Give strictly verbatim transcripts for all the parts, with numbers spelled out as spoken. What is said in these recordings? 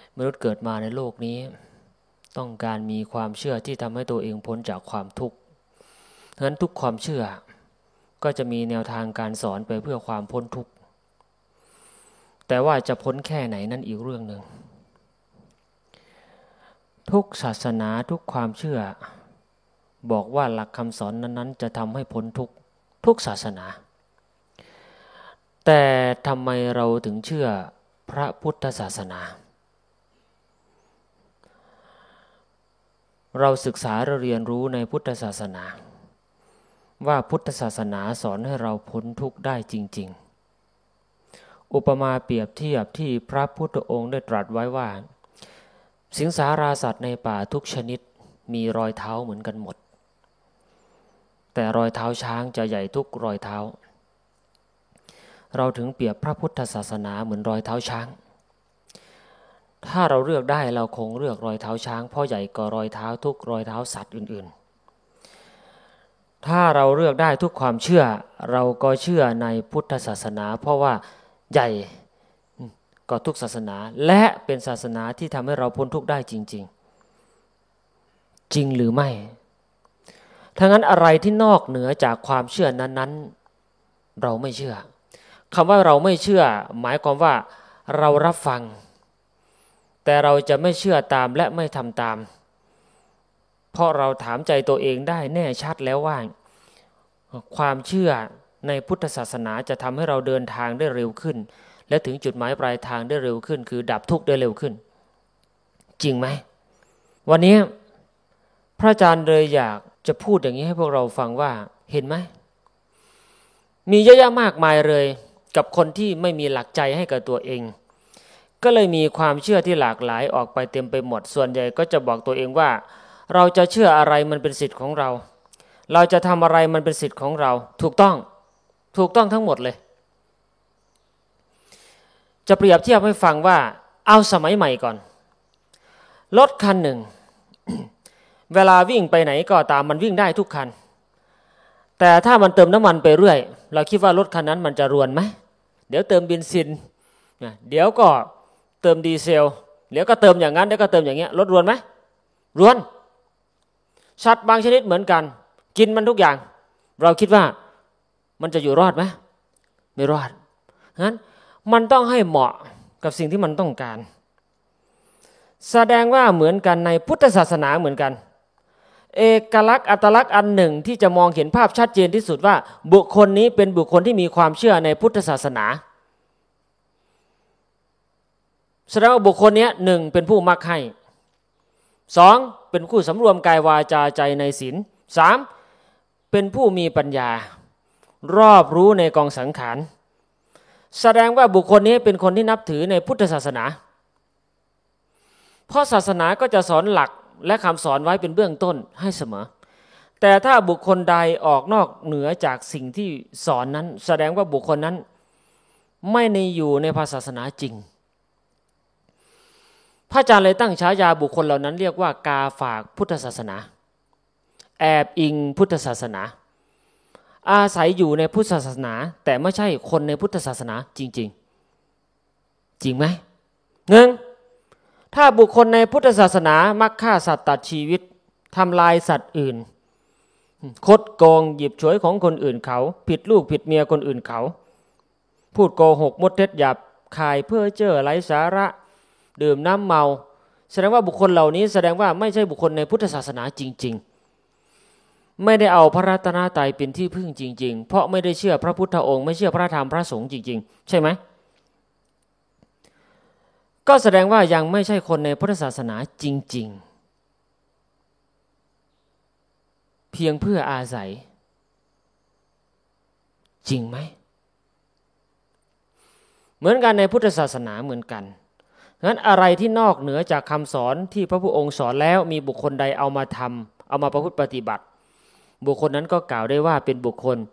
มนุษย์เกิดมาในโลกนี้ต้องการมีความเชื่อที่ทำให้ตัวเองพ้นจากความทุกข์ฉะนั้นทุกความเชื่อก็จะมีแนวทางการสอนไปเพื่อความพ้นทุกข์แต่ว่าจะพ้นแค่ไหนนั่นอีกเรื่องหนึ่งทุกศาสนาทุกความเชื่อบอกว่าหลักคำสอนนั้นๆจะทำให้พ้นทุกข์ทุกศาสนาแต่ทำไมเราถึงเชื่อพระพุทธศาสนาเราศึกษาเราเรียนรู้ในพุทธศาสนาว่าพุทธศาสนาสอนให้เราพ้นทุกข์ได้จริงๆอุปมาเปรียบเทียบที่พระพุทธองค์ได้ตรัสไว้ว่าสิงสาราสัตว์ในป่าทุกชนิดมีรอยเท้าเหมือนกันหมดแต่รอยเท้าช้างจะใหญ่ทุกรอยเท้าเราถึงเปรียบพระพุทธศาสนาเหมือนรอยเท้าช้างถ้าเราเลือกได้เราคงเลือกรอยเท้าช้างเพราะใหญ่กว่ารอยเท้าทุกรอยเท้าสัตว์อื่นๆถ้าเราเลือกได้ทุกความเชื่อเราก็เชื่อในพุทธศาสนาเพราะว่าใหญ่กว่าทุกศาสนาและเป็นศาสนาที่ทำให้เราพ้นทุกข์ได้จริงๆจริงหรือไม่ถ้างั้นอะไรที่นอกเหนือจากความเชื่อนั้นๆเราไม่เชื่อคำว่าเราไม่เชื่อหมายความว่าเรารับฟังแต่เราจะไม่เชื่อตามและไม่ทำตามเพราะเราถามใจตัวเองได้แน่ชัดแล้วว่าความเชื่อในพุทธศาสนาจะทำให้เราเดินทางได้เร็วขึ้นและถึงจุดหมายปลายทางได้เร็วขึ้นคือดับทุกข์ได้เร็วขึ้นจริงไหมวันนี้พระอาจารย์เลยอยากจะพูดอย่างนี้ให้พวกเราฟังว่าเห็นไหมมีเยอะแยะมากมายเลยกับคนที่ไม่มีหลักใจให้กับตัวเองก็เลยมีความเชื่อที่หลากหลายออกไปเต็มไปหมดส่วนใหญ่ก็จะบอกตัวเองว่าเราจะเชื่ออะไรมันเป็นสิทธิ์ของเราเราจะทำอะไรมันเป็นสิทธิ์ของเราถูกต้องถูกต้องทั้งหมดเลยจะเปรียบเทียบให้ฟังว่าเอาสมัยใหม่ก่อนรถคันหนึ่ง เวลาวิ่งไปไหนก็ตามมันวิ่งได้ทุกคันแต่ถ้ามันเติมน้ำมันไปเรื่อยเราคิดว่ารถคันนั้นมันจะรวนไหมเดี๋ยวเติมเบนซินเดี๋ยวก็เติมดีเซลเดี๋ยวก็เติมอย่างนั้นเดี๋ยวก็เติมอย่างเงี้ยรถรวนไหมรวนสัตว์บางชนิดเหมือนกันกินมันทุกอย่างเราคิดว่ามันจะอยู่รอดไหมไม่รอดงั้นมันต้องให้เหมาะกับสิ่งที่มันต้องการแสดงว่าเหมือนกันในพุทธศาสนาเหมือนกันเอกลักษณ์อัตลักษณ์อันหนึ่งที่จะมองเห็นภาพชัดเจนที่สุดว่าบุคคลนี้เป็นบุคคลที่มีความเชื่อในพุทธศาสนาแสดงว่าบุคคลนี้หนึ่งเป็นผู้มักให้สองเป็นผู้สำรวมกายวาจาใจในศีลสามเป็นผู้มีปัญญารอบรู้ในกองสังขารแสดงว่าบุคคลนี้เป็นคนที่นับถือในพุทธศาสนาเพราะศาสนาก็จะสอนหลักและคำสอนไว้เป็นเบื้องต้นให้เสมอแต่ถ้าบุคคลใดออกนอกเหนือจากสิ่งที่สอนนั้นแสดงว่าบุคคลนั้นไม่ในอยู่ในศาสนาจริงพระอาจารย์เลยตั้งฉายาบุคคลเหล่านั้นเรียกว่ากาฝากพุทธศาสนาแอบอิงพุทธศาสนาอาศัยอยู่ในพุทธศาสนาแต่ไม่ใช่คนในพุทธศาสนาจริงๆจริงไหมหนึ่งถ้าบุคคลในพุทธศาสนามักฆ่าสัตว์ตัดชีวิตทำลายสัตว์อื่นคดโกงหยิบฉวยของคนอื่นเขาผิดลูกผิดเมียคนอื่นเขาพูดโกหกมดเท็จหยาบคายเพ้อเจ้อไร้สาระดื่มน้ำเมาแสดงว่าบุคคลเหล่านี้แสดงว่าไม่ใช่บุคคลในพุทธศาสนาจริงๆไม่ได้เอาพระรัตนตรัยเป็นที่พึ่งจริงๆเพราะไม่ได้เชื่อพระพุทธองค์ไม่เชื่อพระธรรมพระสงฆ์จริงๆใช่ไหมก็แสดงว่ายังไม่ใช่คนในพุทธศาสนาจริงๆเพียงเพื่ออาศัยจริงไหมเหมือนกันในพุทธศาสนาเหมือนกันงั้นอะไรที่นอกเหนือจากคำสอนที่พระพุทธองค์สอนแล้วมีบุคคลใดเอามาทำเอามาประพฤติปฏิบัติบุคคลนั้นก็กล่าวได้ว่าเป็นบุคคล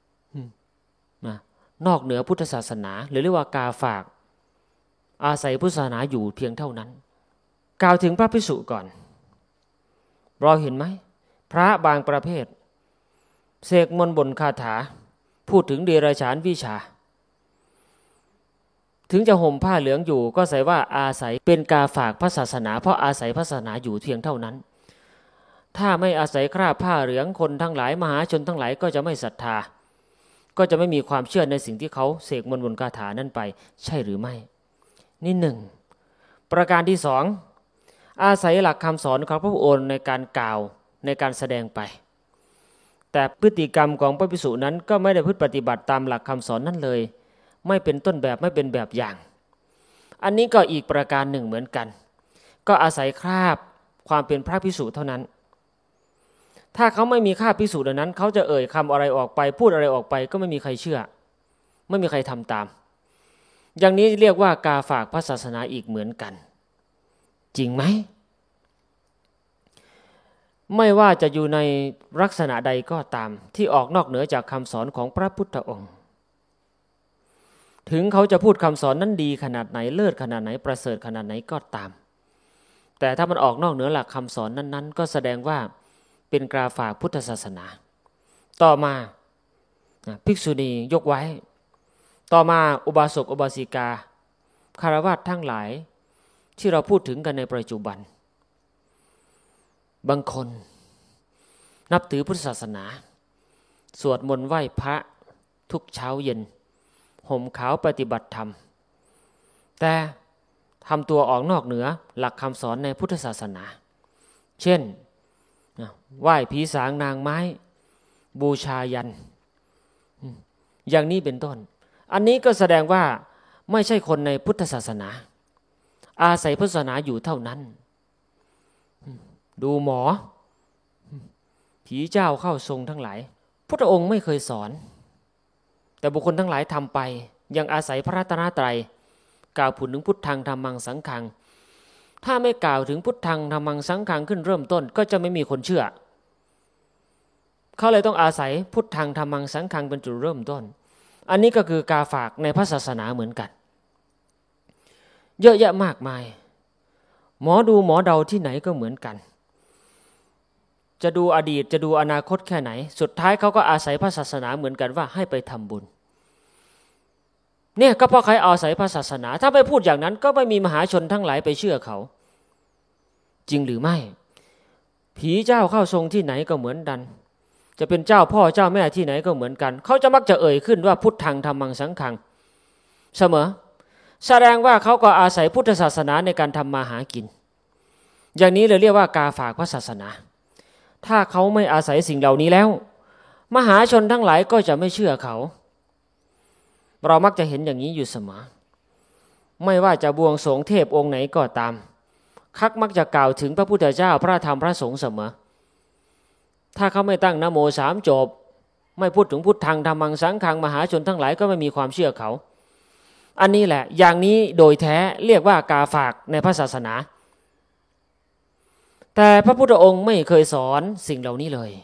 นอกเหนือพุทธศาสนาหรือเรียกว่ากาฝากอาศัยพุทธศาสนาอยู่เพียงเท่านั้นกล่าวถึงพระภิกษุก่อนเราเห็นไหมพระบางประเภทเสกมนต์บนคาถาพูดถึงเดรัจฉานวิชาถึงจะห่มผ้าเหลืองอยู่ก็ใส่ว่าอาศัยเป็นกาฝากพระศาสนาเพราะอาศัยพระศาสนาอยู่เพียงเท่านั้นถ้าไม่อาศัยคราบผ้าเหลืองคนทั้งหลายมหาชนทั้งหลายก็จะไม่ศรัทธาก็จะไม่มีความเชื่อในสิ่งที่เขาเสกมนต์บนคาถานั้นไปใช่หรือไม่นี่หนึ่งประการที่สองอาศัยหลักคำสอนของพระพุทธองค์ในการกล่าวในการแสดงไปแต่พฤติกรรมของพระภิกษุนั้นก็ไม่ได้พฤติปฏิบัติตามหลักคำสอนนั้นเลยไม่เป็นต้นแบบไม่เป็นแบบอย่างอันนี้ก็อีกประการหนึ่งเหมือนกันก็อาศัยคราบความเป็นพระภิกษุเท่านั้นถ้าเขาไม่มีคราบภิกษุดังนั้นเขาจะเอ่ยคำอะไรออกไปพูดอะไรออกไปก็ไม่มีใครเชื่อไม่มีใครทำตามอย่างนี้เรียกว่ากาฝากพระศาสนาอีกเหมือนกันจริงไหมไม่ว่าจะอยู่ในลักษณะใดก็ตามที่ออกนอกเหนือจากคำสอนของพระพุทธองค์ถึงเขาจะพูดคำสอนนั้นดีขนาดไหนเลิศขนาดไหนประเสริฐขนาดไหนก็ตามแต่ถ้ามันออกนอกเหนือหลักคำสอนนั้นๆก็แสดงว่าเป็นกาฝากพุทธศาสนาต่อมาภิกษุณียกไว้ต่อมาอุบาสกอุบาสิกาคฤหัสถ์ทั้งหลายที่เราพูดถึงกันในปัจจุบันบางคนนับถือพุทธศาสนาสวดมนต์ไหว้พระทุกเช้าเย็นห่มขาวปฏิบัติธรรมแต่ทำตัวออกนอกเหนือหลักคำสอนในพุทธศาสนาเช่นไหว้ผีสางนางไม้บูชายัญอย่างนี้เป็นต้นอันนี้ก็แสดงว่าไม่ใช่คนในพุทธศาสนาอาศัยพุทธศาสนาอยู่เท่านั้นดูหมอผีเจ้าเข้าทรงทั้งหลายพุทธองค์ไม่เคยสอนแต่บุคคลทั้งหลายทำไปยังอาศัยพระรัตนตรัยกล่าวพูดถึงพุทธังธัมมังสังฆังถ้าไม่กล่าวถึงพุทธังธัมมังสังฆังขึ้นเริ่มต้นก็จะไม่มีคนเชื่อเขาเลยต้องอาศัยพุทธังธัมมังสังฆังเป็นจุดเริ่มต้นอันนี้ก็คือกาฝากในพระศาสนาเหมือนกันเยอะแยะมากมายหมอดูหมอเดาที่ไหนก็เหมือนกันจะดูอดีตจะดูอนาคตแค่ไหนสุดท้ายเขาก็อาศัยพระศาสนาเหมือนกันว่าให้ไปทำบุญเนี่ยก็เพราะใครอาศัยพระศาสนาถ้าไม่พูดอย่างนั้นก็ไม่มีมหาชนทั้งหลายไปเชื่อเขาจริงหรือไม่ผีเจ้าเข้าทรงที่ไหนก็เหมือนกันจะเป็นเจ้าพ่อเจ้าแม่ที่ไหนก็เหมือนกันเขาจะมักจะเอ่ยขึ้นว่าพุทธังธัมมังสังฆังเสมอแสดงว่าเขาก็อาศัยพุทธศาสนาในการทำมาหากินอย่างนี้เลยเรียกว่ากาฝากพระศาสนาถ้าเขาไม่อาศัยสิ่งเหล่านี้แล้วมหาชนทั้งหลายก็จะไม่เชื่อเขาเรามักจะเห็นอย่างนี้อยู่เสมอไม่ว่าจะบวงสรวงเทพองค์ไหนก็ตามคักมักจะกล่าวถึงพระพุทธเจ้าพระธรรมพระสงฆ์เสมอถ้าเขาไม่ตั้งนะโมสามจบไม่พูดถึงพุทธังธัมมังสังฆังมหาชนทั้งหลายก็ไม่มีความเชื่อเขาอันนี้แหละอย่างนี้โดยแท้เรียกว่ากาฝากในพระศาสนาแต่พระพุทธองค์ไม่เคยสอนสิ่งเหล่านี้เลย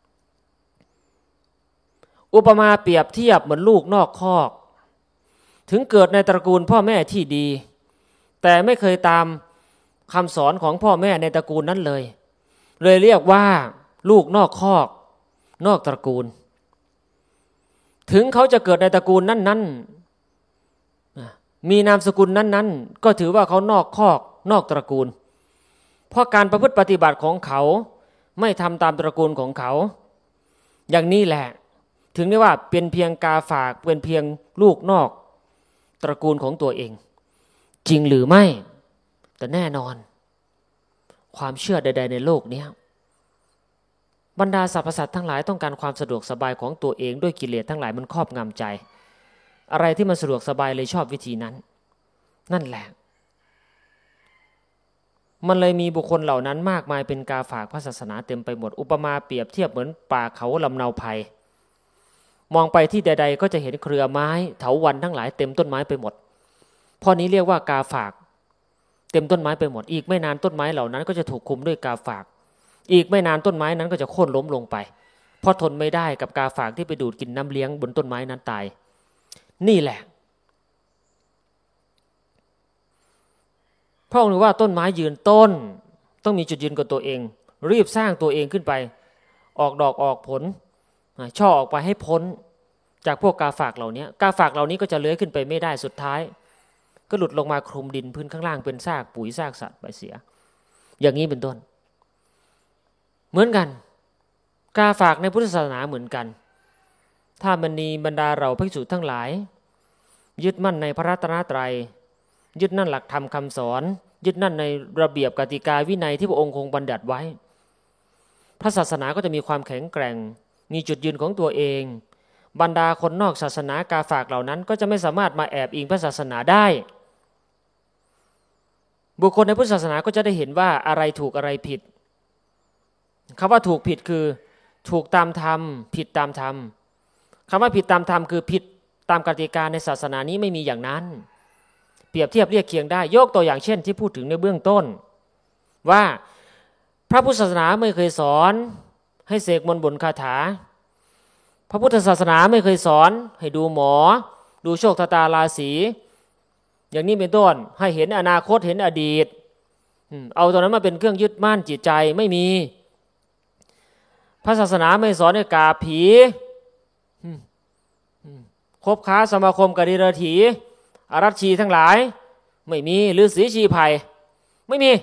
อุปมาเปรียบเทียบเหมือนลูกนอกคอกถึงเกิดในตระกูลพ่อแม่ที่ดีแต่ไม่เคยตามคำสอนของพ่อแม่ในตระกูลนั้นเลยเลยเรียกว่าลูกนอกคอกนอกตระกูลถึงเขาจะเกิดในตระกูลนั้นๆมีนามสกุลนั้นๆก็ถือว่าเขานอกคอกนอกตระกูลเพราะการประพฤติปฏิบัติของเขาไม่ทำตามตระกูลของเขาอย่างนี้แหละถึงได้ว่าเป็นเพียงกาฝากเป็นเพียงลูกนอกตระกูลของตัวเองจริงหรือไม่แต่แน่นอนความเชื่อใดๆในโลกนี้บรรดาสรรพสัตว์ทั้งหลายต้องการความสะดวกสบายของตัวเองด้วยกิเลสทั้งหลายมันครอบงำใจอะไรที่มันสะดวกสบายเลยชอบวิธีนั้นนั่นแหละมันเลยมีบุคคลเหล่านั้นมากมายเป็นกาฝากพระศาสนาเต็มไปหมดอุปมาเปรียบเทียบเหมือนป่าเขาลำเนาไพรมองไปที่ใดๆก็จะเห็นเครือไม้เถาวัลย์ทั้งหลายเต็มต้นไม้ไปหมดพอนี้เรียกว่ากาฝากเต็มต้นไม้ไปหมดอีกไม่นานต้นไม้เหล่านั้นก็จะถูกคุมด้วยกาฝากอีกไม่นานต้นไม้นั้นก็จะโค่นล้มลงไปเพราะทนไม่ได้กับกาฝากที่ไปดูดกินน้ำเลี้ยงบนต้นไม้นั้นตายนี่แหละเพราะองค์ว่าต้นไม้ยืนต้นต้องมีจุดยืนกับตัวเองรีบสร้างตัวเองขึ้นไปออกดอกออกผลช่อออกไปให้พ้นจากพวกกาฝากเหล่านี้กาฝากเหล่านี้ก็จะเลื้อยขึ้นไปไม่ได้สุดท้ายก็หลุดลงมาคลุมดินพื้นข้างล่างเป็นซากปุ๋ยซากสัตว์ไปเสียอย่างนี้เป็นต้นเหมือนกันกาฝากในพุทธศาสนาเหมือนกันถ้ามันมีบรรดาเราภิกษุทั้งหลายยึดมั่นในพระรัตนตรัยยึดนั่นหลักธรรมคำสอนยึดนั่นในระเบียบกติกาวินัยที่พระองค์คงบัญญัติไว้พระศาสนาก็จะมีความแข็งแกร่งมีจุดยืนของตัวเองบรรดาคนนอกศาสนากาฝากเหล่านั้นก็จะไม่สามารถมาแอบอิงพระศาสนาได้บุคคลในพุทธศาสนาก็จะได้เห็นว่าอะไรถูกอะไรผิดคำว่าถูกผิดคือถูกตามธรรมผิดตามธรรมคำว่าผิดตามธรรมคือผิดตามกติกาในศาสนานี้ไม่มีอย่างนั้นเปรียบเทียบเรียกเคียงได้ยกตัวอย่างเช่นที่พูดถึงในเบื้องต้นว่าพระพุทธศาสนาไม่เคยสอนให้เสกมนต์บนคาถาพระพุทธศาสนาไม่เคยสอนให้ดูหมอดูโชคชะตาราศีอย่างนี้เป็นต้นให้เห็นอนาคตเห็นอดีตเอาตรงนั้นมาเป็นเครื่องยึดมั่นจิตใจไม่มีพระศาสนาไม่สอนให้กราบผีคบค้าสมาคมกับดิเรกถีอารัชชีทั้งหลายไม่มีฤาษีชีไผ่ไม่มี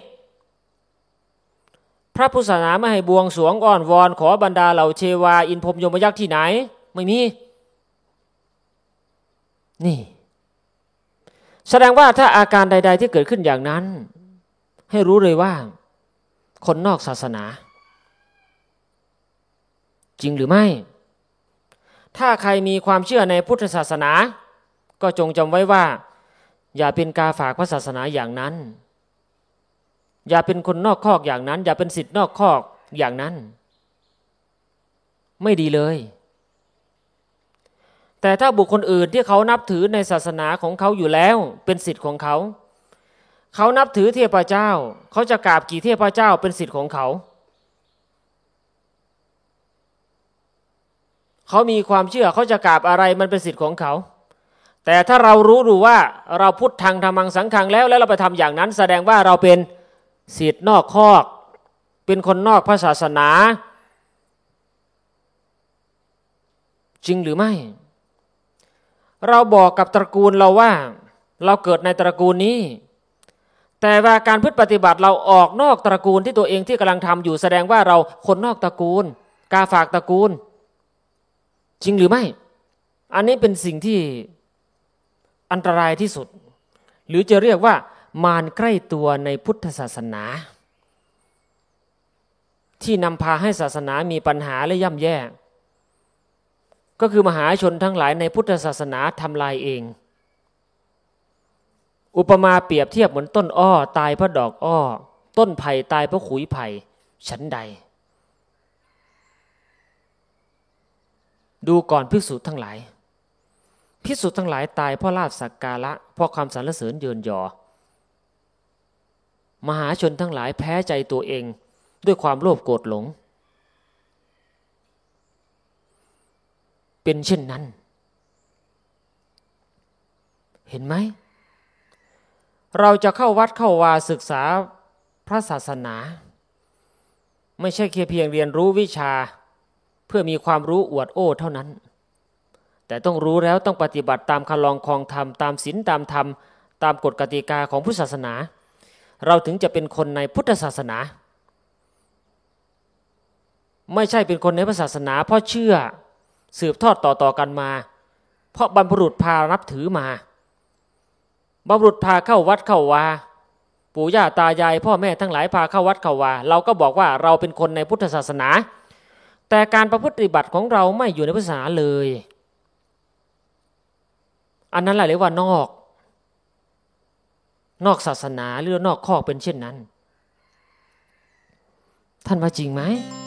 พระพุทธศาสนาไม่ให้บวงสรวงอ้อนวอนขอบรรดาเหล่าเทวาอินพรหมยมยักษ์ที่ไหนไม่มีนี่แสดงว่าถ้าอาการใดๆที่เกิดขึ้นอย่างนั้นให้รู้เลยว่าคนนอกศาสนาจริงหรือไม่ถ้าใครมีความเชื่อในพุทธศาสนาก็จงจำไว้ว่าอย่าเป็นกาฝากพระศาสนาอย่างนั้นอย่าเป็นคนนอกคอกอย่างนั้นอย่าเป็นศิษย์นอกคอกอย่างนั้นไม่ดีเลยแต่ถ้าบุคคลอื่นที่เขานับถือในศาสนาของเขาอยู่แล้วเป็นศิษย์ของเขาเขานับถือเทพเจ้าเขาจะกราบกี่เทพเจ้าเป็นศิษย์ของเขาเขามีความเชื่อเขาจะกราบอะไรมันเป็นสิทธิ์ของเขาแต่ถ้าเรารู้ดูว่าเราพุทธังธรรมังสังฆังแล้วแล้วเราไปทำอย่างนั้นแสดงว่าเราเป็นศิษย์นอกคอกเป็นคนนอกพระศาสนาจริงหรือไม่เราบอกกับตระกูลเราว่าเราเกิดในตระกูลนี้แต่ว่าการพฤติปฏิบัติเราออกนอกตระกูลที่ตัวเองที่กำลังทำอยู่แสดงว่าเราคนนอกตระกูลกาฝากตระกูลจริงหรือไม่อันนี้เป็นสิ่งที่อันตรายที่สุดหรือจะเรียกว่ามารใกล้ตัวในพุทธศาสนาที่นำพาให้ศาสนามีปัญหาและย่ำแย่ก็คือมหาชนทั้งหลายในพุทธศาสนาทำลายเองอุปมาเปรียบเทียบเหมือนต้นอ้อตายเพราะดอกอ้อต้นไผ่ตายเพราะขุยไผ่ฉันใดดูก่อนภิกษุทั้งหลายภิกษุทั้งหลายตายเพราะลาภสักการะเพราะความสรรเสริญเยินยอมหาชนทั้งหลายแพ้ใจตัวเองด้วยความโลภโกรธหลงเป็นเช่นนั้นเห็นไหมเราจะเข้าวัดเข้าวาศึกษาพระศาสนาไม่ใช่แค่เพียงเรียนรู้วิชาเพื่อมีความรู้อวดโอ้เท่านั้นแต่ต้องรู้แล้วต้องปฏิบัติตามคำลองคองธรรมตามศีลตามธรรมตามกฎกติกาของพุทธศาสนาเราถึงจะเป็นคนในพุทธศาสนาไม่ใช่เป็นคนในพุทธศาสนาเพราะเชื่อสืบทอดต่อๆกันมาเพราะบรรพบุรุษพานับถือมาบรรพบุรุษพาเข้าวัดเข้าวาปู่ย่าตายายพ่อแม่ทั้งหลายพาเข้าวัดเข้าวาเราก็บอกว่าเราเป็นคนในพุทธศาสนาแต่การประพฤติปฏิบัติของเราไม่อยู่ในพุทธศาสนาเลยอันนั้นแหละเรียกว่านอกนอกศาสนาหรือนอกคอกเป็นเช่นนั้นท่านว่าจริงไหม